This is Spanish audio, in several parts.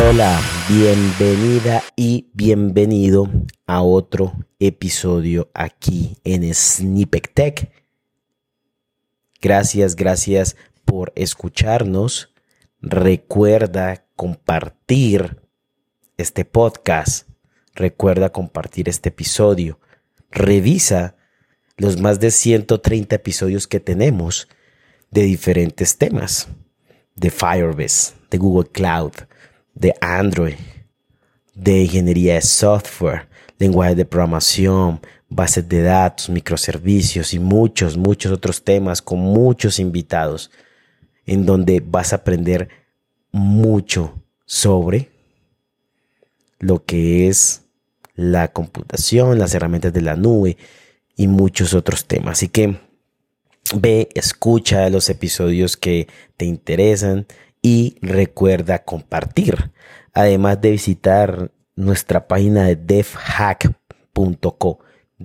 Hola, bienvenida y bienvenido a otro episodio aquí en Snippet Tech. Gracias por escucharnos. Recuerda compartir este podcast. Recuerda compartir este episodio. Revisa los más de 130 episodios que tenemos de diferentes temas. De Firebase, de Google Cloud, de Android, de ingeniería de software, lenguaje de programación, bases de datos, microservicios y muchos otros temas con muchos invitados en donde vas a aprender mucho sobre lo que es la computación, las herramientas de la nube y muchos otros temas. Así que ve, escucha los episodios que te interesan y recuerda compartir. Además de visitar nuestra página de devhack.co.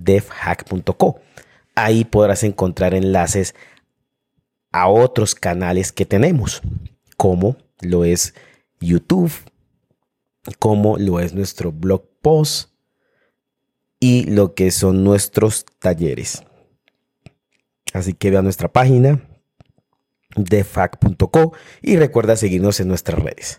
Ahí podrás encontrar enlaces a otros canales que tenemos, como lo es YouTube, como lo es nuestro blog post y lo que son nuestros talleres. Así que ve a nuestra página devhack.co y recuerda seguirnos en nuestras redes.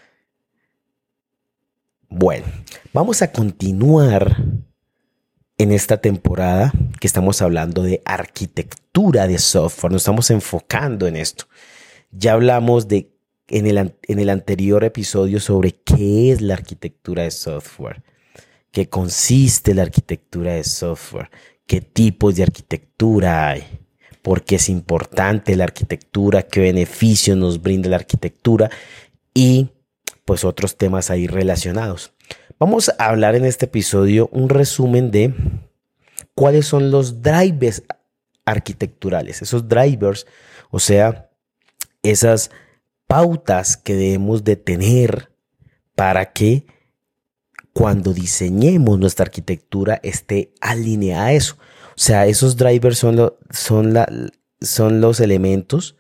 Bueno, vamos a continuar en esta temporada que estamos hablando de arquitectura de software. Nos estamos enfocando en esto. Ya hablamos en el anterior episodio sobre qué es la arquitectura de software, qué consiste la arquitectura de software, qué tipos de arquitectura hay, por qué es importante la arquitectura, qué beneficios nos brinda la arquitectura y pues otros temas ahí relacionados. Vamos a hablar en este episodio un resumen de cuáles son los drivers arquitecturales, esos drivers, o sea, esas pautas que debemos de tener para que cuando diseñemos nuestra arquitectura esté alineada a eso. O sea, esos drivers son los elementos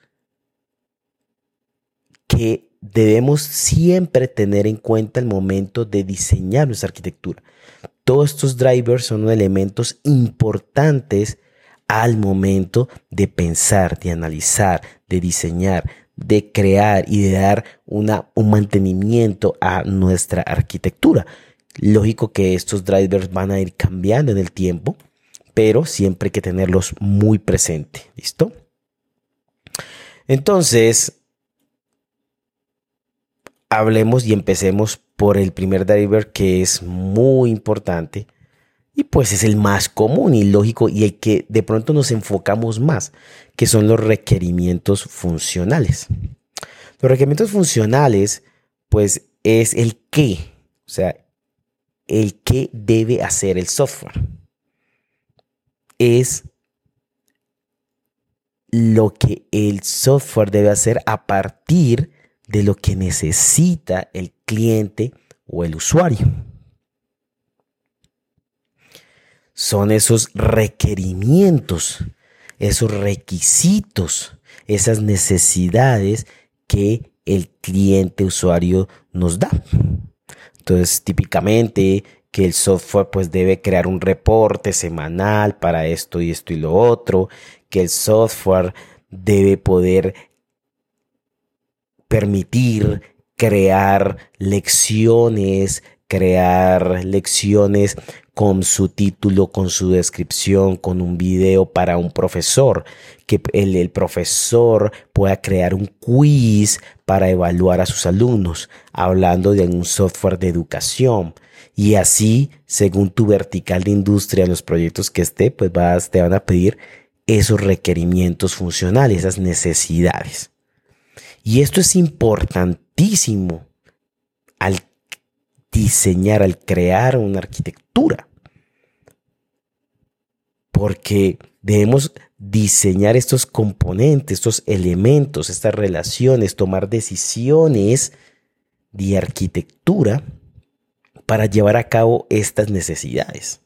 que debemos siempre tener en cuenta al momento de diseñar nuestra arquitectura. Todos estos drivers son elementos importantes al momento de pensar, de analizar, de diseñar, de crear y de dar un mantenimiento a nuestra arquitectura. Lógico que estos drivers van a ir cambiando en el tiempo, pero siempre hay que tenerlos muy presente. ¿Listo? Entonces, hablemos y empecemos por el primer driver que es muy importante y pues es el más común y lógico y el que de pronto nos enfocamos más, que son los requerimientos funcionales. Los requerimientos funcionales pues es el qué, o sea, el qué debe hacer el software. Es lo que el software debe hacer a partir de lo que necesita el cliente o el usuario. Son esos requerimientos, esos requisitos, esas necesidades que el cliente usuario nos da. Entonces, típicamente que el software pues debe crear un reporte semanal para esto y lo otro, que el software debe poder permitir crear lecciones con su título, con su descripción, con un video para un profesor, que el profesor pueda crear un quiz para evaluar a sus alumnos, hablando de un software de educación. Y así, según tu vertical de industria, en los proyectos que esté, pues te van a pedir esos requerimientos funcionales, esas necesidades. Y esto es importantísimo al diseñar, al crear una arquitectura. Porque debemos diseñar estos componentes, estos elementos, estas relaciones, tomar decisiones de arquitectura para llevar a cabo estas necesidades.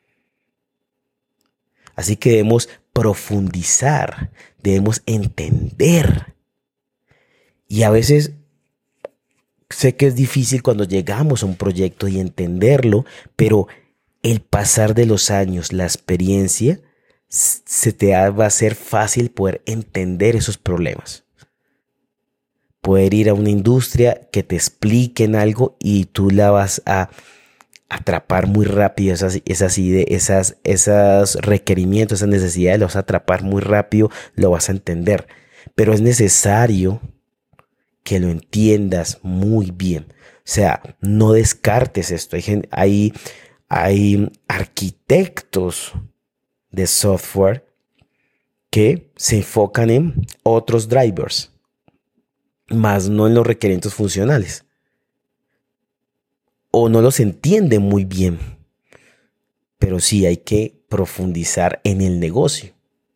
Así que debemos profundizar, debemos entender. Y a veces sé que es difícil cuando llegamos a un proyecto y entenderlo, pero el pasar de los años, la experiencia, va a ser fácil poder entender esos problemas. Poder ir a una industria que te expliquen algo y tú la vas a atrapar muy rápido, esos requerimientos, esas necesidades, los vas a atrapar muy rápido, lo vas a entender. Pero es necesario que lo entiendas muy bien. O sea, no descartes esto. Hay arquitectos de software que se enfocan en otros drivers, más no en los requerimientos funcionales. O no los entienden muy bien. Pero sí hay que profundizar en el negocio.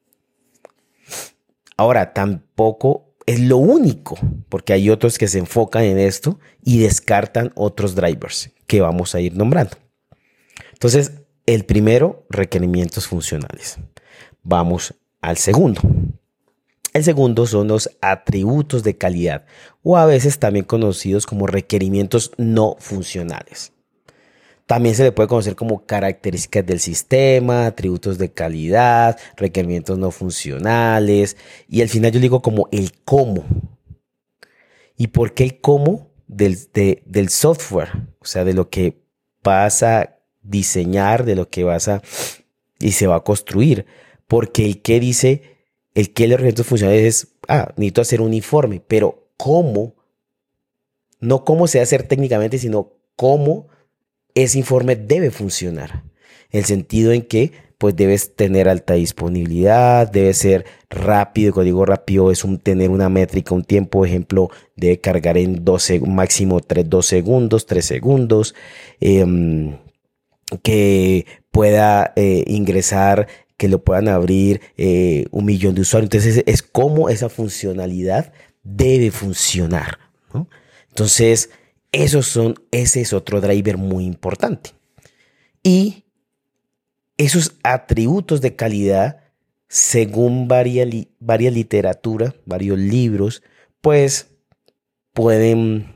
Ahora, tampoco es lo único, porque hay otros que se enfocan en esto y descartan otros drivers que vamos a ir nombrando. Entonces, el primero, requerimientos funcionales. Vamos al segundo. El segundo son los atributos de calidad, o a veces también conocidos como requerimientos no funcionales. También se le puede conocer como características del sistema, atributos de calidad, requerimientos no funcionales. Y al final yo digo como el cómo. ¿Y por qué el cómo del software? O sea, de lo que vas a diseñar, de lo que y se va a construir. Porque el qué de los requerimientos funcionales es, necesito hacer un informe. Pero ¿cómo? No cómo se va a hacer técnicamente, sino cómo ese informe debe funcionar. En el sentido en que pues debes tener alta disponibilidad, debe ser rápido. Cuando digo rápido es tener una métrica, un tiempo, ejemplo, debe cargar en máximo 2 segundos, 3 segundos, que pueda ingresar, que lo puedan abrir 1 millón de usuarios. Entonces es como esa funcionalidad debe funcionar, ¿no? Entonces, ese es otro driver muy importante. Y esos atributos de calidad, según varias literatura, varios libros, pues pueden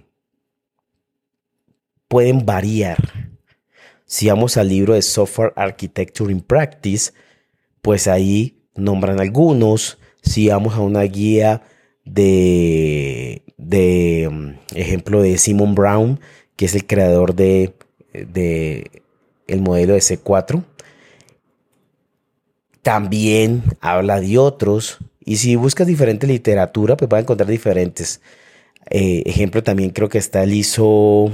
variar. Si vamos al libro de Software Architecture in Practice, pues ahí nombran algunos. Si vamos a una guía de ejemplo de Simon Brown, que es el creador de el modelo de C4, también habla de otros. Y si buscas diferente literatura, pues vas a encontrar diferentes. Ejemplo, también creo que está el ISO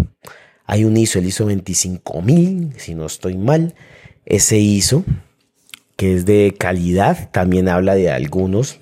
25000, si no estoy mal. Ese ISO, que es de calidad, también habla de algunos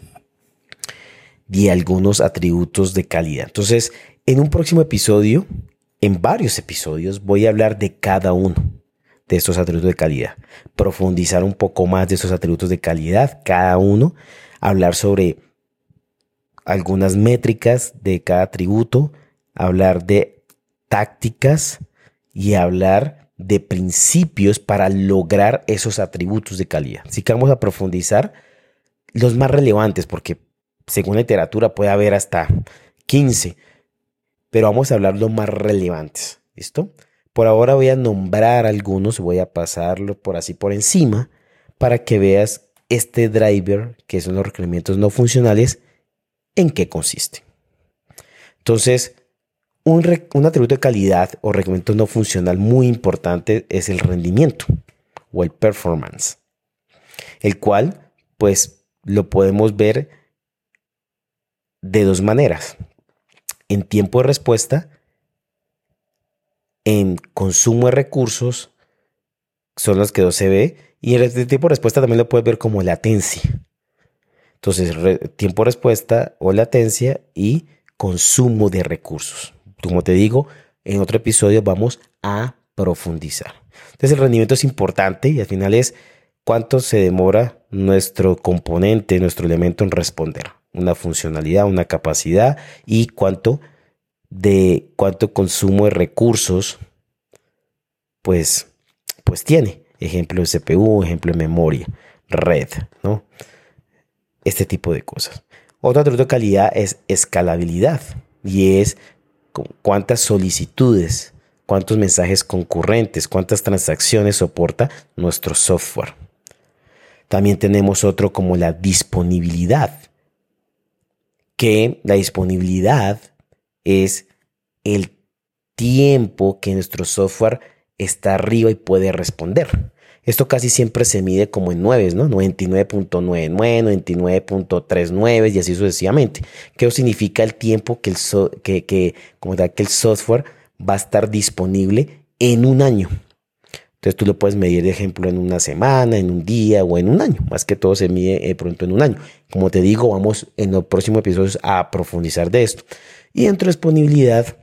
atributos de calidad. Entonces, en un próximo episodio, en varios episodios, voy a hablar de cada uno de estos atributos de calidad, profundizar un poco más de esos atributos de calidad, cada uno, hablar sobre algunas métricas de cada atributo, hablar de tácticas y hablar de principios para lograr esos atributos de calidad. Así que vamos a profundizar los más relevantes, porque según la literatura puede haber hasta 15, pero vamos a hablar los más relevantes. ¿Listo? Por ahora voy a nombrar algunos, voy a pasarlo por encima para que veas este driver, que son los requerimientos no funcionales, en qué consiste. Entonces, un atributo de calidad o requerimiento no funcional muy importante es el rendimiento o el performance, el cual pues lo podemos ver de dos maneras: en tiempo de respuesta, en consumo de recursos, son los que no se ve, y en el tiempo de respuesta también lo puedes ver como latencia. Entonces, tiempo de respuesta o latencia y consumo de recursos. Como te digo, en otro episodio vamos a profundizar. Entonces, el rendimiento es importante y al final es cuánto se demora nuestro componente, nuestro elemento en responder. Una funcionalidad, una capacidad y cuánto consumo de recursos pues tiene. Ejemplo de CPU, ejemplo de memoria, red, ¿no? Este tipo de cosas. Otro atributo de calidad es escalabilidad y es cuántas solicitudes, cuántos mensajes concurrentes, cuántas transacciones soporta nuestro software. También tenemos otro como la disponibilidad, que la disponibilidad es el tiempo que nuestro software está arriba y puede responder. Esto casi siempre se mide como en 9, ¿no? 99.99, 99.39 y así sucesivamente. ¿Qué significa el tiempo que el software va a estar disponible en un año? Entonces tú lo puedes medir, de ejemplo, en una semana, en un día o en un año. Más que todo se mide pronto en un año. Como te digo, vamos en los próximos episodios a profundizar de esto. Y dentro de disponibilidad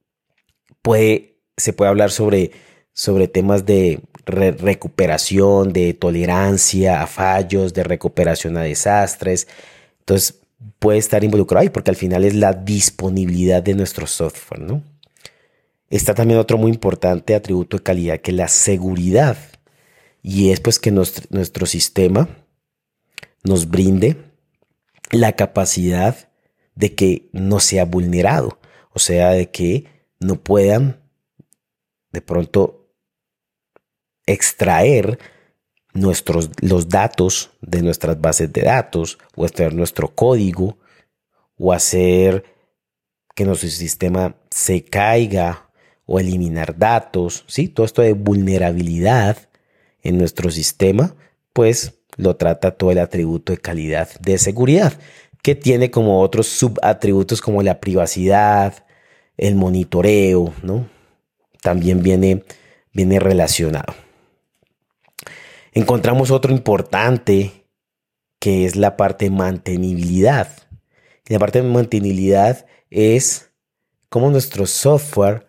se puede hablar sobre temas de recuperación, de tolerancia a fallos, de recuperación a desastres. Entonces puede estar involucrado ahí porque al final es la disponibilidad de nuestro software, ¿no? Está también otro muy importante atributo de calidad, que es la seguridad. Y es pues que nuestro sistema nos brinde la capacidad de que no sea vulnerado. O sea, de que no puedan de pronto extraer los datos de nuestras bases de datos o extraer nuestro código o hacer que nuestro sistema se caiga o eliminar datos, ¿sí? Todo esto de vulnerabilidad en nuestro sistema, pues lo trata todo el atributo de calidad de seguridad, que tiene como otros subatributos como la privacidad, el monitoreo, ¿no? También viene relacionado. Encontramos otro importante que es la parte de mantenibilidad. La parte de mantenibilidad es cómo nuestro software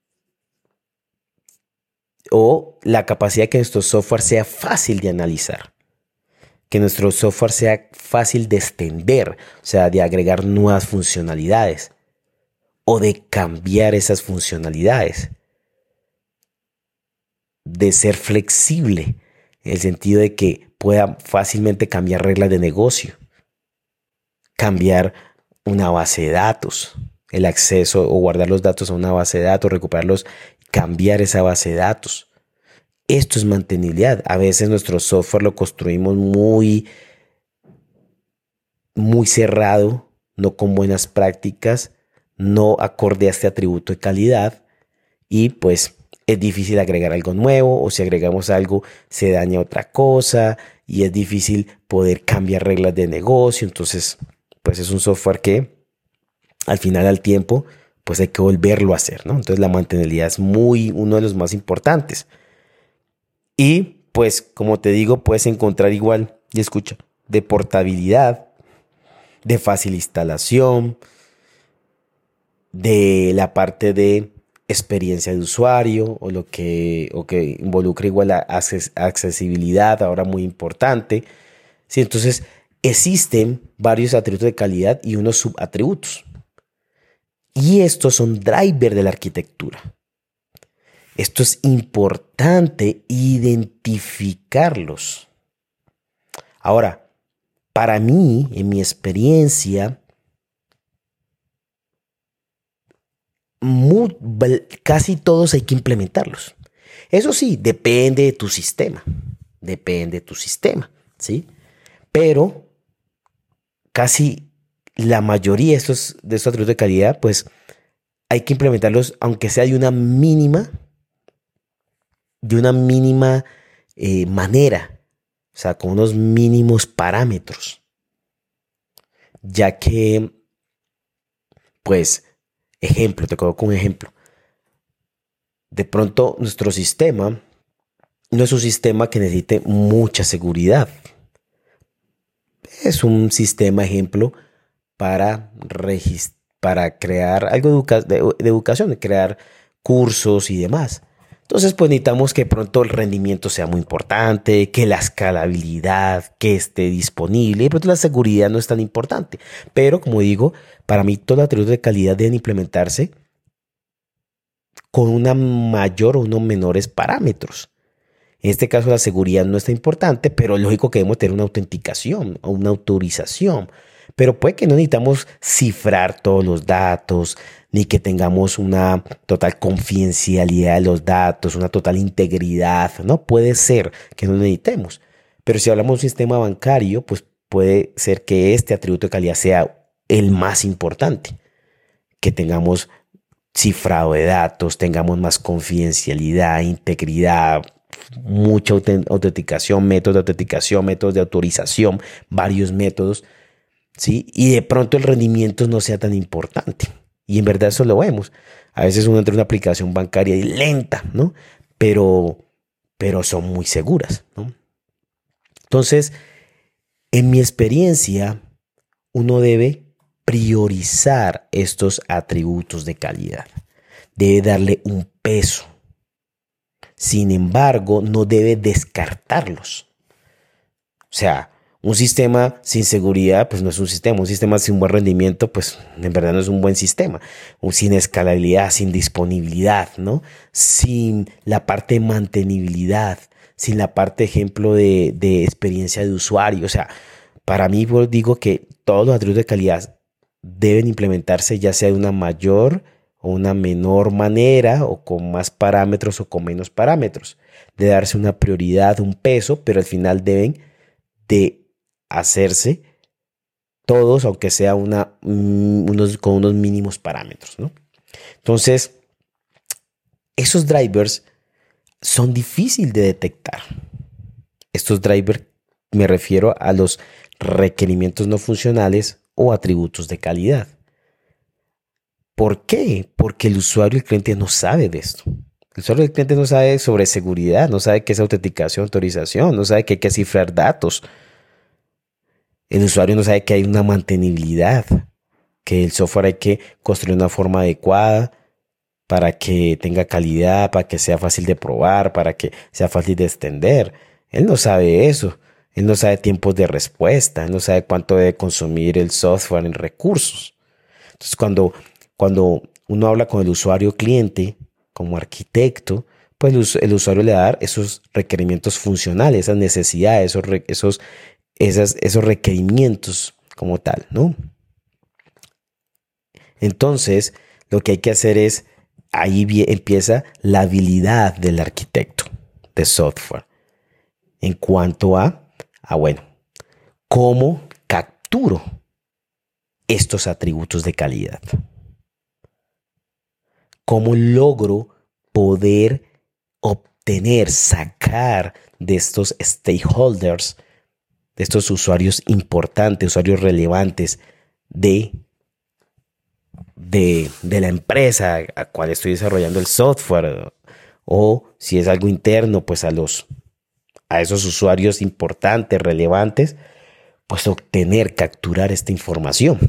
o la capacidad de que nuestro software sea fácil de analizar, que nuestro software sea fácil de extender, o sea, de agregar nuevas funcionalidades o de cambiar esas funcionalidades, de ser flexible, en el sentido de que pueda fácilmente cambiar reglas de negocio, cambiar una base de datos, el acceso o guardar los datos a una base de datos, recuperarlos, cambiar esa base de datos. Esto es mantenibilidad. A veces nuestro software lo construimos muy cerrado, no con buenas prácticas, no acorde a este atributo de calidad y pues es difícil agregar algo nuevo, o si agregamos algo se daña otra cosa y es difícil poder cambiar reglas de negocio. Entonces pues es un software que al final al tiempo pues hay que volverlo a hacer, ¿no? Entonces la mantenibilidad es uno de los más importantes. Y pues como te digo, puedes encontrar igual, y escucha, de portabilidad, de fácil instalación, de la parte de experiencia de usuario o que involucra igual a accesibilidad, ahora muy importante. Sí, entonces existen varios atributos de calidad y unos subatributos. Y estos son drivers de la arquitectura. Esto es importante identificarlos. Ahora, para mí, en mi experiencia, casi todos hay que implementarlos. Eso sí, depende de tu sistema. ¿Sí? Pero casi la mayoría de estos atributos de calidad, pues hay que implementarlos, aunque sea de una mínima manera, o sea, con unos mínimos parámetros, ya que, pues, te coloco un ejemplo. De pronto, nuestro sistema no es un sistema que necesite mucha seguridad. Es un sistema, ejemplo, para crear algo de educación, de crear cursos y demás. Entonces, pues necesitamos que pronto el rendimiento sea muy importante, que la escalabilidad, que esté disponible. Y de pronto la seguridad no es tan importante. Pero, como digo, para mí todos los atributos de calidad deben implementarse con una mayor o unos menores parámetros. En este caso, la seguridad no es tan importante, pero lógico que debemos tener una autenticación o una autorización Pero puede que no necesitamos cifrar todos los datos, ni que tengamos una total confidencialidad de los datos, una total integridad. No puede ser que no lo necesitemos. Pero si hablamos de un sistema bancario, pues puede ser que este atributo de calidad sea el más importante, que tengamos cifrado de datos, tengamos más confidencialidad, integridad, mucha autenticación, métodos de autenticación, métodos de autorización, varios métodos, ¿sí? Y de pronto el rendimiento no sea tan importante. Y en verdad eso lo vemos. A veces uno entra en una aplicación bancaria y lenta, ¿no? Pero son muy seguras, ¿no? Entonces, en mi experiencia, uno debe priorizar estos atributos de calidad. Debe darle un peso. Sin embargo, no debe descartarlos. O sea, un sistema sin seguridad, pues no es un sistema. Un sistema sin buen rendimiento, pues en verdad no es un buen sistema. Sin escalabilidad, sin disponibilidad, ¿no? Sin la parte de mantenibilidad, sin la parte, ejemplo, de experiencia de usuario. O sea, para mí, pues, digo que todos los atributos de calidad deben implementarse ya sea de una mayor o una menor manera, o con más parámetros o con menos parámetros. De darse una prioridad, un peso, pero al final deben de hacerse todos, aunque sea con unos mínimos parámetros, ¿no? Entonces, esos drivers son difíciles de detectar. Estos drivers, me refiero a los requerimientos no funcionales o atributos de calidad. ¿Por qué? Porque el usuario y el cliente no sabe de esto. El usuario y el cliente no sabe sobre seguridad, no sabe qué es autenticación, autorización, no sabe que hay que cifrar datos. El usuario no sabe que hay una mantenibilidad, que el software hay que construir de una forma adecuada para que tenga calidad, para que sea fácil de probar, para que sea fácil de extender. Él no sabe eso. Él no sabe tiempos de respuesta. Él no sabe cuánto debe consumir el software en recursos. Entonces, cuando uno habla con el usuario cliente como arquitecto, pues el usuario le va a dar esos requerimientos funcionales, esas necesidades, esos requerimientos como tal, ¿no? Entonces, lo que hay que hacer es, ahí empieza la habilidad del arquitecto de software en cuanto bueno, cómo capturo estos atributos de calidad. ¿Cómo logro poder obtener, sacar de estos stakeholders, de estos usuarios importantes, usuarios relevantes de la empresa a cual estoy desarrollando el software? O si es algo interno, pues a esos usuarios importantes, relevantes, pues capturar esta información.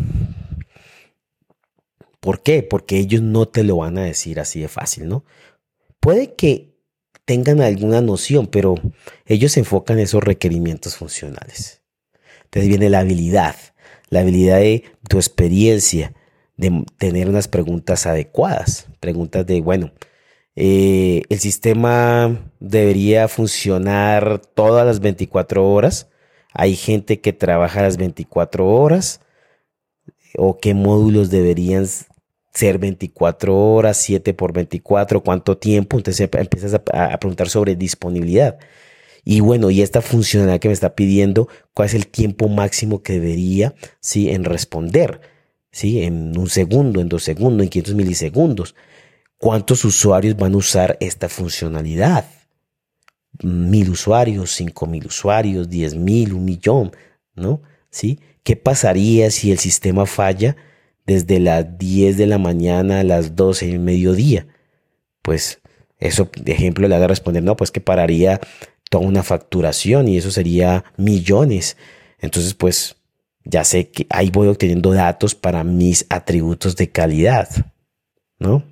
¿Por qué? Porque ellos no te lo van a decir así de fácil, ¿no? Puede que tengan alguna noción, pero ellos se enfocan en esos requerimientos funcionales. Entonces viene la habilidad de tu experiencia, de tener unas preguntas adecuadas, preguntas de, bueno, el sistema debería funcionar todas las 24 horas. Hay gente que trabaja las 24 horas, o qué módulos deberían ser 24 horas, 7 por 24, cuánto tiempo. Entonces empiezas a preguntar sobre disponibilidad. Y bueno, y esta funcionalidad que me está pidiendo, ¿cuál es el tiempo máximo que debería, ¿sí?, en responder? ¿Sí? En 1 segundo, en 2 segundos, en 500 milisegundos. ¿Cuántos usuarios van a usar esta funcionalidad? 1,000 usuarios, 5,000 usuarios, 10,000, 1,000,000, ¿no? ¿Sí? ¿Qué pasaría si el sistema falla desde las 10 de la mañana a las 12 del mediodía? Pues eso, de ejemplo, le haga responder, no, pues que pararía toda una facturación y eso sería millones. Entonces, pues ya sé que ahí voy obteniendo datos para mis atributos de calidad, ¿no?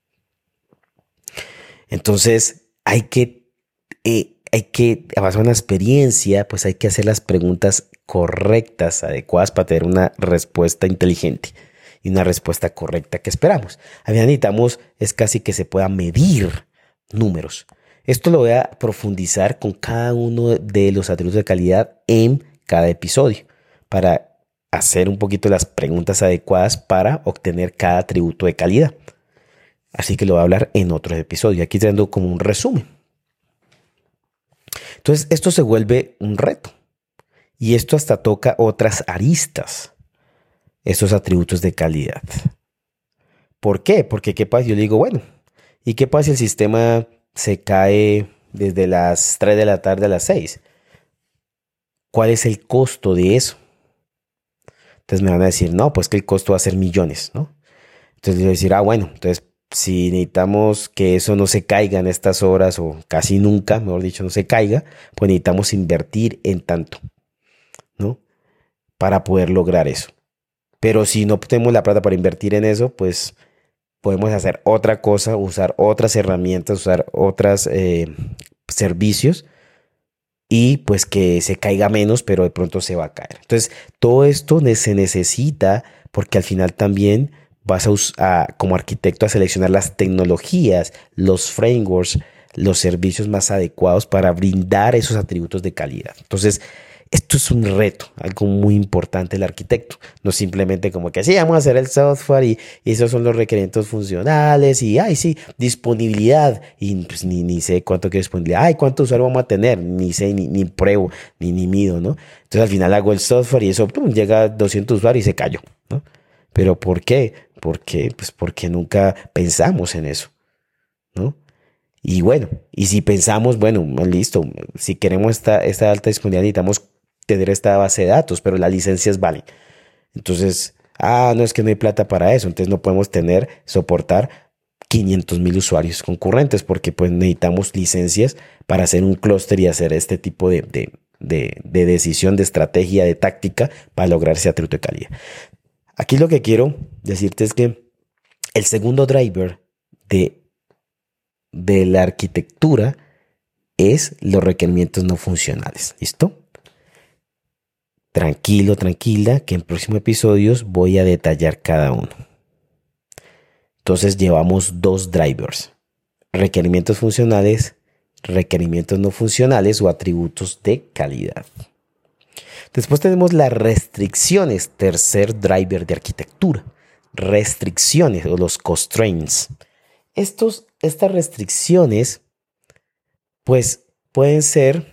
Entonces, hay que basar una experiencia, pues hay que hacer las preguntas correctas, adecuadas, para tener una respuesta inteligente y una respuesta correcta que esperamos. A mí necesitamos es casi que se pueda medir números. Esto lo voy a profundizar con cada uno de los atributos de calidad en cada episodio, para hacer un poquito las preguntas adecuadas para obtener cada atributo de calidad. Así que lo voy a hablar en otro episodio. Aquí dando como un resumen. Entonces, esto se vuelve un reto. Y esto hasta toca otras aristas, esos atributos de calidad. ¿Por qué? Porque ¿qué pasa? Yo le digo, bueno, ¿y qué pasa si el sistema se cae desde las 3 de la tarde a las 6? ¿Cuál es el costo de eso? Entonces me van a decir, no, pues que el costo va a ser millones, ¿no? Entonces yo voy a decir, bueno, entonces si necesitamos que eso no se caiga en estas horas o casi nunca, mejor dicho, no se caiga, pues necesitamos invertir en tanto, ¿no? Para poder lograr eso. Pero si no tenemos la plata para invertir en eso, pues podemos hacer otra cosa, usar otras herramientas, usar otros servicios y pues que se caiga menos, pero de pronto se va a caer. Entonces, todo esto se necesita porque al final también vas como arquitecto a seleccionar las tecnologías, los frameworks, los servicios más adecuados para brindar esos atributos de calidad. Entonces, esto es un reto, algo muy importante del arquitecto. No simplemente como que sí, vamos a hacer el software y esos son los requerimientos funcionales y, sí, disponibilidad. Y pues ni sé cuánto quiero disponibilidad. ¿Cuántos usuarios vamos a tener? Ni sé, ni pruebo, ni mido, ¿no? Entonces al final hago el software y eso, llega a 200 usuarios y se cayó, ¿no? ¿Pero por qué? ¿Por qué? Pues porque nunca pensamos en eso, ¿no? Y bueno, y si pensamos, bueno, listo, si queremos esta alta disponibilidad necesitamos tener esta base de datos, pero las licencias valen. Entonces, no es que no hay plata para eso, entonces no podemos soportar 500,000 usuarios concurrentes porque pues necesitamos licencias para hacer un clúster y hacer este tipo de decisión, de estrategia, de táctica para lograr ese atributo de calidad. Aquí lo que quiero decirte es que el segundo driver de la arquitectura es los requerimientos no funcionales. ¿Listo? Tranquilo, tranquila, que en próximos episodios voy a detallar cada uno. Entonces llevamos 2 drivers. Requerimientos funcionales, requerimientos no funcionales o atributos de calidad. Después tenemos las restricciones, tercer driver de arquitectura. Restricciones o los constraints. Estas restricciones, pues, pueden ser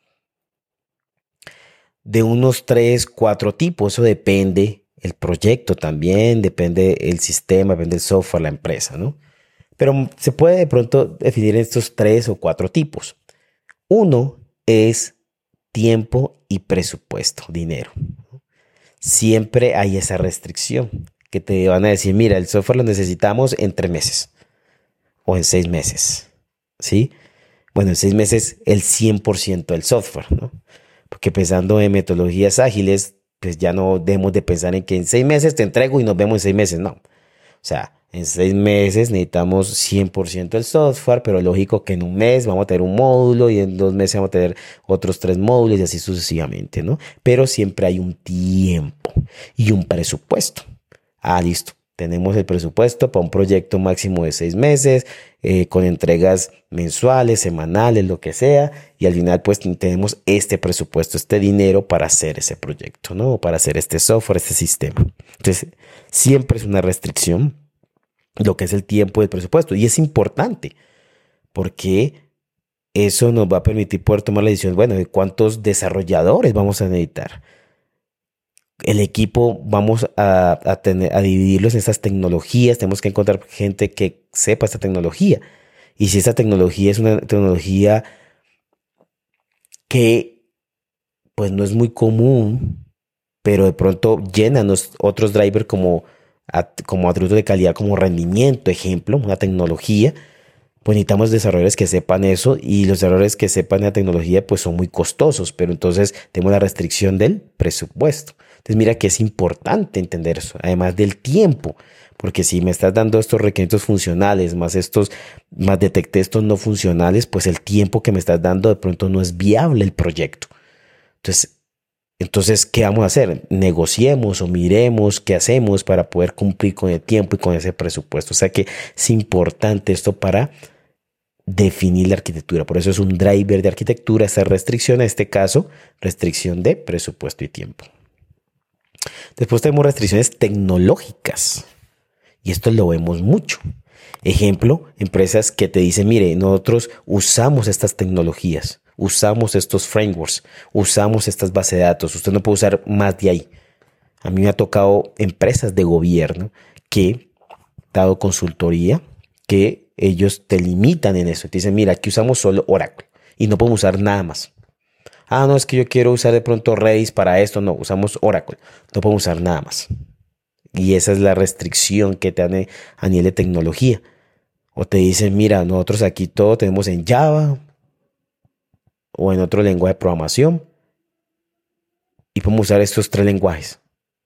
de unos 3, 4 tipos. Eso depende el proyecto también, depende el sistema, depende el software, la empresa, ¿no? Pero se puede de pronto definir estos 3 o 4 tipos. Uno es tiempo y presupuesto, dinero. Siempre hay esa restricción que te van a decir, mira, el software lo necesitamos en 3 meses o en 6 meses, ¿sí? Bueno, en 6 meses el 100% del software, ¿no? Porque pensando en metodologías ágiles, pues ya no debemos de pensar en que en 6 meses te entrego y nos vemos en 6 meses, no. O sea, en 6 meses necesitamos 100% del software, pero lógico que en un mes vamos a tener un módulo y en 2 meses vamos a tener otros 3 módulos y así sucesivamente, ¿no? Pero siempre hay un tiempo y un presupuesto. Listo. Tenemos el presupuesto para un proyecto máximo de 6 meses, con entregas mensuales, semanales, lo que sea. Y al final pues tenemos este presupuesto, este dinero para hacer ese proyecto, ¿no? Para hacer este software, este sistema. Entonces, siempre es una restricción lo que es el tiempo del presupuesto. Y es importante porque eso nos va a permitir poder tomar la decisión, bueno, de cuántos desarrolladores vamos a necesitar. El equipo vamos a dividirlos en estas tecnologías. Tenemos que encontrar gente que sepa esta tecnología. Y si esta tecnología es una tecnología que pues no es muy común, pero de pronto llenan otros drivers como atributos de calidad, como rendimiento, ejemplo, una tecnología, pues necesitamos desarrolladores que sepan eso, y los desarrolladores que sepan la tecnología pues son muy costosos, pero entonces tenemos la restricción del presupuesto. Entonces mira que es importante entender eso, además del tiempo, porque si me estás dando estos requerimientos funcionales, más detecté estos no funcionales, pues el tiempo que me estás dando de pronto no es viable el proyecto. Entonces, ¿qué vamos a hacer? Negociemos o miremos qué hacemos para poder cumplir con el tiempo y con ese presupuesto. O sea que es importante esto para definir la arquitectura. Por eso es un driver de arquitectura, esta restricción, en este caso, restricción de presupuesto y tiempo. Después tenemos restricciones tecnológicas y esto lo vemos mucho. Ejemplo, empresas que te dicen, mire, nosotros usamos estas tecnologías, usamos estos frameworks, usamos estas bases de datos, usted no puede usar más de ahí. A mí me ha tocado empresas de gobierno que, dado consultoría, que ellos te limitan en eso. Te dicen, mira, aquí usamos solo Oracle y no podemos usar nada más. Ah, no, es que yo quiero usar de pronto Redis para esto. No, usamos Oracle. No podemos usar nada más. Y esa es la restricción que te dan a nivel de tecnología. O te dicen, mira, nosotros aquí todo tenemos en Java o en otro lenguaje de programación y podemos usar estos 3 lenguajes.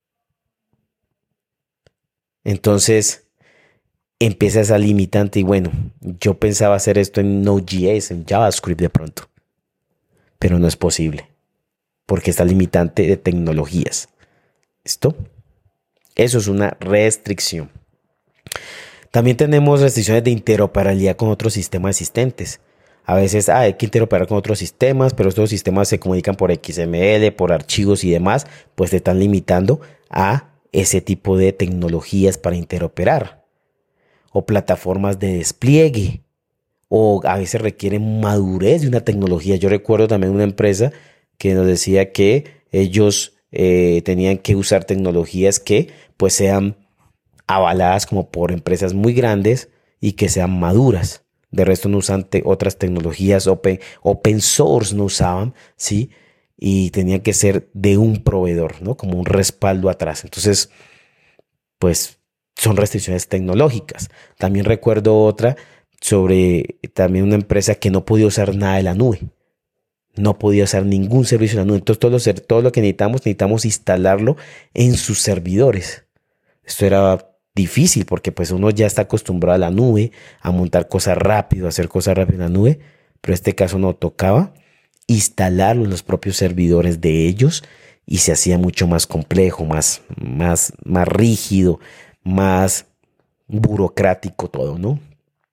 Entonces empieza esa limitante y bueno, yo pensaba hacer esto en Node.js, en JavaScript de pronto, pero no es posible porque está limitante de tecnologías. ¿Listo? Eso es una restricción. También tenemos restricciones de interoperabilidad con otros sistemas existentes. A veces hay que interoperar con otros sistemas, pero estos sistemas se comunican por XML, por archivos y demás, pues te están limitando a ese tipo de tecnologías para interoperar. O plataformas de despliegue, o a veces requieren madurez de una tecnología. Yo recuerdo también una empresa que nos decía que ellos tenían que usar tecnologías que pues sean avaladas como por empresas muy grandes y que sean maduras. De resto no usan otras tecnologías, open source no usaban, ¿sí? Y tenían que ser de un proveedor, ¿no? Como un respaldo atrás. Entonces, pues son restricciones tecnológicas. También recuerdo otra sobre también una empresa que no podía usar nada de la nube. No podía usar ningún servicio en la nube. Entonces todo lo que necesitamos instalarlo en sus servidores. Esto era difícil porque pues uno ya está acostumbrado a la nube, a montar cosas rápido, a hacer cosas rápido en la nube, pero en este caso no tocaba instalarlo en los propios servidores de ellos y se hacía mucho más complejo, más rígido, más burocrático todo, ¿no?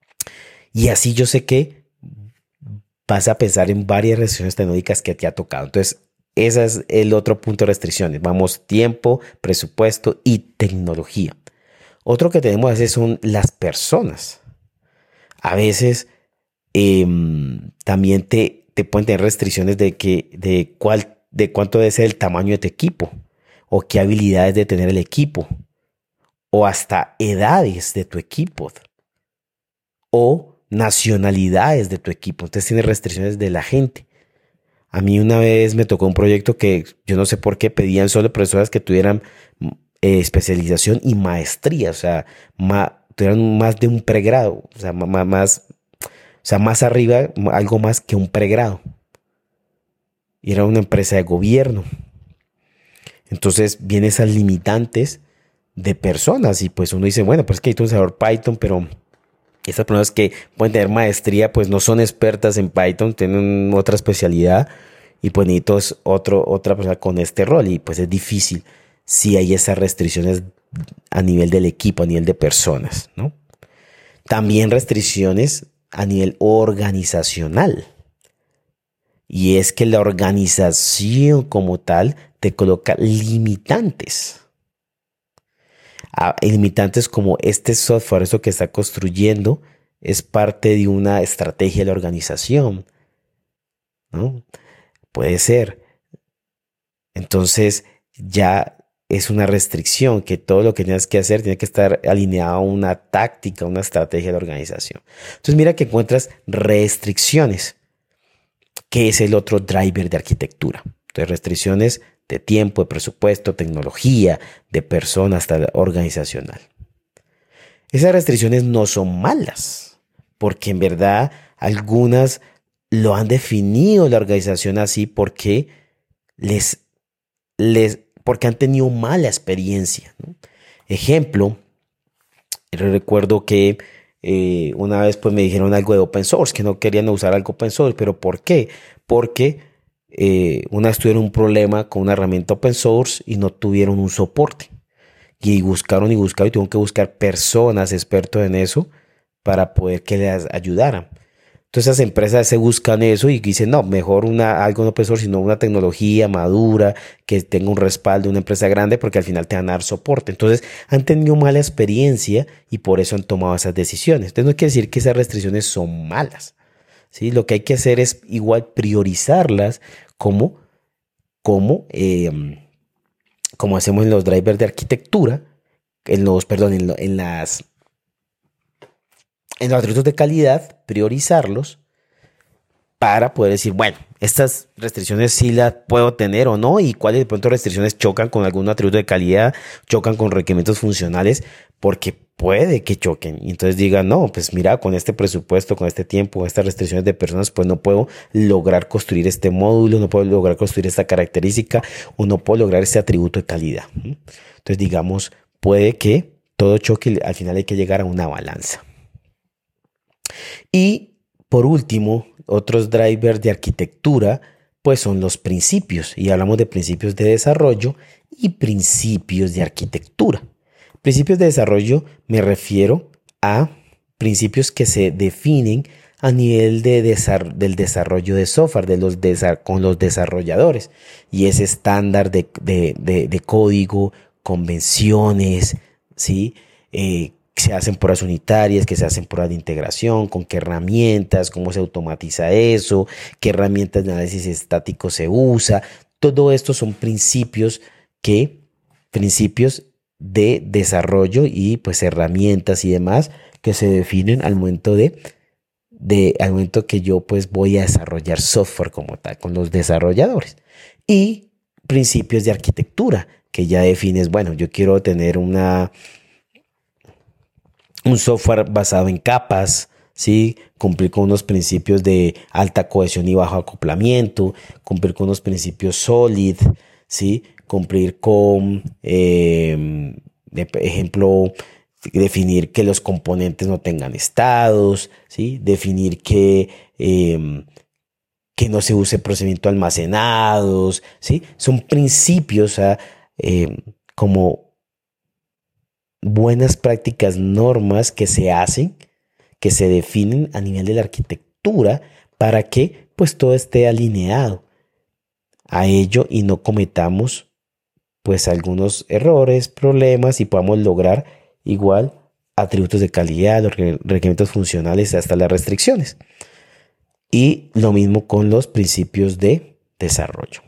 Y así yo sé que vas a pensar en varias restricciones tecnológicas que te ha tocado. Entonces, ese es el otro punto de restricciones. Vamos, tiempo, presupuesto y tecnología. Otro que tenemos a veces son las personas. A veces también te pueden tener restricciones de cuánto debe ser el tamaño de tu equipo o qué habilidades de tener el equipo o hasta edades de tu equipo o nacionalidades de tu equipo. Entonces tienes restricciones de la gente. A mí una vez me tocó un proyecto que yo no sé por qué pedían solo personas que tuvieran especialización y maestría, o sea, tuvieran más de un pregrado, o sea, más arriba, algo más que un pregrado. Y era una empresa de gobierno. Entonces vienen esas limitantes de personas y pues uno dice, bueno, pues que hay un sabor Python, pero estas personas que pueden tener maestría pues no son expertas en Python, tienen otra especialidad y pues necesito otra persona con este rol y pues es difícil si hay esas restricciones a nivel del equipo, a nivel de personas, ¿no? También restricciones a nivel organizacional. Y es que la organización como tal te coloca limitantes. Limitantes como este software, eso que está construyendo, es parte de una estrategia de la organización, ¿no? Puede ser. Entonces ya es una restricción que todo lo que tienes que hacer tiene que estar alineado a una táctica, una estrategia de la organización. Entonces mira que encuentras restricciones, que es el otro driver de arquitectura. Entonces restricciones de tiempo, de presupuesto, tecnología, de personas, hasta organizacional. Esas restricciones no son malas, porque en verdad algunas lo han definido la organización así porque porque han tenido mala experiencia, ¿no? Ejemplo, recuerdo que una vez pues me dijeron algo de open source, que no querían usar algo open source, pero ¿por qué? Porque una vez tuvieron un problema con una herramienta open source y no tuvieron un soporte. Y buscaron y tuvieron que buscar personas expertos en eso para poder que les ayudaran. Entonces esas empresas se buscan eso y dicen, no, mejor algo no open source, sino una tecnología madura, que tenga un respaldo de una empresa grande, porque al final te van a dar soporte. Entonces han tenido mala experiencia y por eso han tomado esas decisiones. Entonces no quiere decir que esas restricciones son malas, ¿sí? Lo que hay que hacer es igual priorizarlas como, como hacemos en los drivers de arquitectura, en los atributos de calidad, priorizarlos para poder decir, bueno, estas restricciones sí las puedo tener o no, y cuáles de pronto restricciones chocan con algún atributo de calidad, chocan con requerimientos funcionales, porque puede que choquen. Y entonces digan, no, pues mira, con este presupuesto, con este tiempo, estas restricciones de personas, pues no puedo lograr construir este módulo, no puedo lograr construir esta característica, o no puedo lograr este atributo de calidad. Entonces, digamos, puede que todo choque y al final hay que llegar a una balanza. Y por último, otros drivers de arquitectura, pues son los principios. Y hablamos de principios de desarrollo y principios de arquitectura. Principios de desarrollo me refiero a principios que se definen a nivel del desarrollo de software, con los desarrolladores. Y ese estándar de código, convenciones, ¿sí? Se hacen pruebas unitarias, que se hacen pruebas de integración, con qué herramientas, cómo se automatiza eso, qué herramientas de análisis estático se usa. Todo esto son principios de desarrollo y pues herramientas y demás que se definen al momento al momento que yo pues voy a desarrollar software como tal con los desarrolladores. Y principios de arquitectura, que ya defines, bueno, yo quiero tener un software basado en capas, ¿sí? Cumplir con unos principios de alta cohesión y bajo acoplamiento, cumplir con unos principios SOLID, ¿sí? Cumplir con, de ejemplo, definir que los componentes no tengan estados, ¿sí? Definir que no se use procedimiento almacenados, ¿sí? Son principios como buenas prácticas, normas que se hacen, que se definen a nivel de la arquitectura para que pues todo esté alineado a ello y no cometamos pues algunos errores, problemas y podamos lograr igual atributos de calidad, los requerimientos funcionales hasta las restricciones. Y lo mismo con los principios de desarrollo.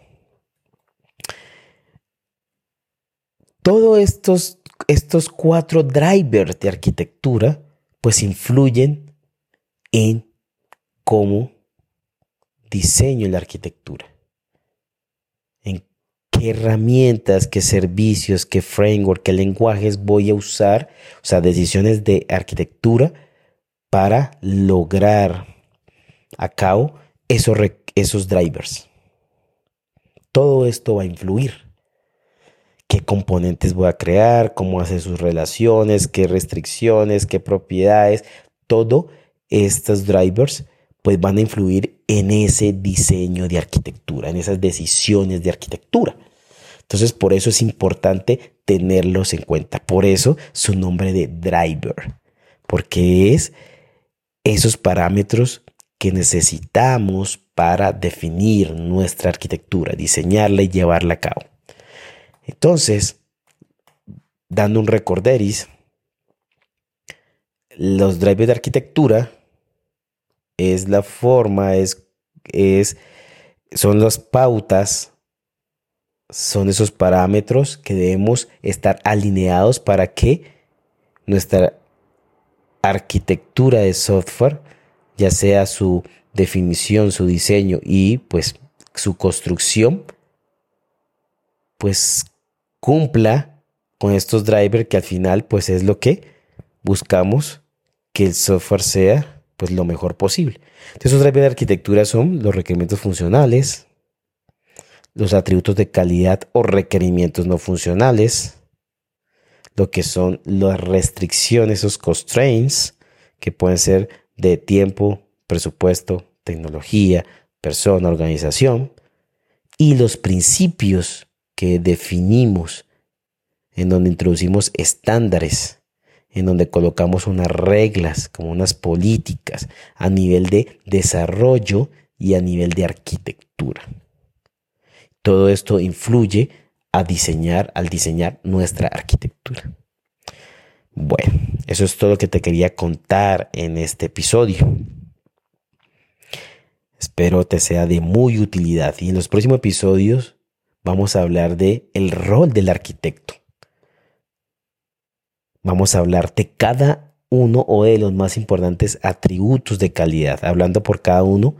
Todos estos 4 drivers de arquitectura pues influyen en cómo diseño la arquitectura, en qué herramientas, qué servicios, qué framework, qué lenguajes voy a usar, o sea, decisiones de arquitectura para lograr a cabo esos drivers. Todo esto va a influir. Qué componentes voy a crear, cómo hace sus relaciones, qué restricciones, qué propiedades, todo estos drivers pues van a influir en ese diseño de arquitectura, en esas decisiones de arquitectura. Entonces por eso es importante tenerlos en cuenta. Por eso su nombre de driver, porque es esos parámetros que necesitamos para definir nuestra arquitectura, diseñarla y llevarla a cabo. Entonces, dando un recorderis, los drivers de arquitectura es la forma, son las pautas, son esos parámetros que debemos estar alineados para que nuestra arquitectura de software, ya sea su definición, su diseño y pues su construcción, pues cumpla con estos drivers que al final pues es lo que buscamos que el software sea pues lo mejor posible. Entonces, esos drivers de arquitectura son los requerimientos funcionales, los atributos de calidad o requerimientos no funcionales, lo que son las restricciones, esos constraints, que pueden ser de tiempo, presupuesto, tecnología, persona, organización, y los principios que definimos, en donde introducimos estándares en donde colocamos unas reglas, como unas políticas a nivel de desarrollo y a nivel de arquitectura. Todo esto influye al diseñar nuestra arquitectura. Bueno, eso es todo lo que te quería contar en este episodio. Espero te sea de muy utilidad y en los próximos episodios vamos a hablar de el rol del arquitecto. Vamos a hablar de cada uno o de los más importantes atributos de calidad, hablando por cada uno,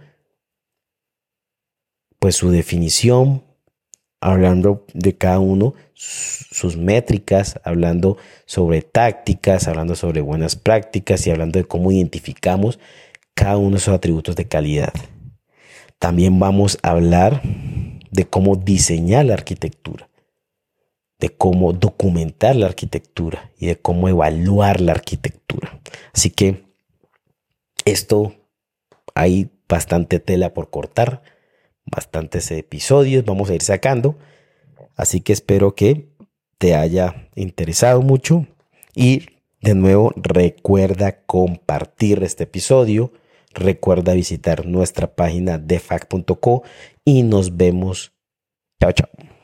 pues su definición, hablando de cada uno sus métricas, hablando sobre tácticas, hablando sobre buenas prácticas y hablando de cómo identificamos cada uno de esos atributos de calidad. También vamos a hablar de cómo diseñar la arquitectura, de cómo documentar la arquitectura y de cómo evaluar la arquitectura. Así que esto hay bastante tela por cortar, bastantes episodios vamos a ir sacando. Así que espero que te haya interesado mucho y de nuevo recuerda compartir este episodio. Recuerda visitar nuestra página defac.co y nos vemos. Chao, chao.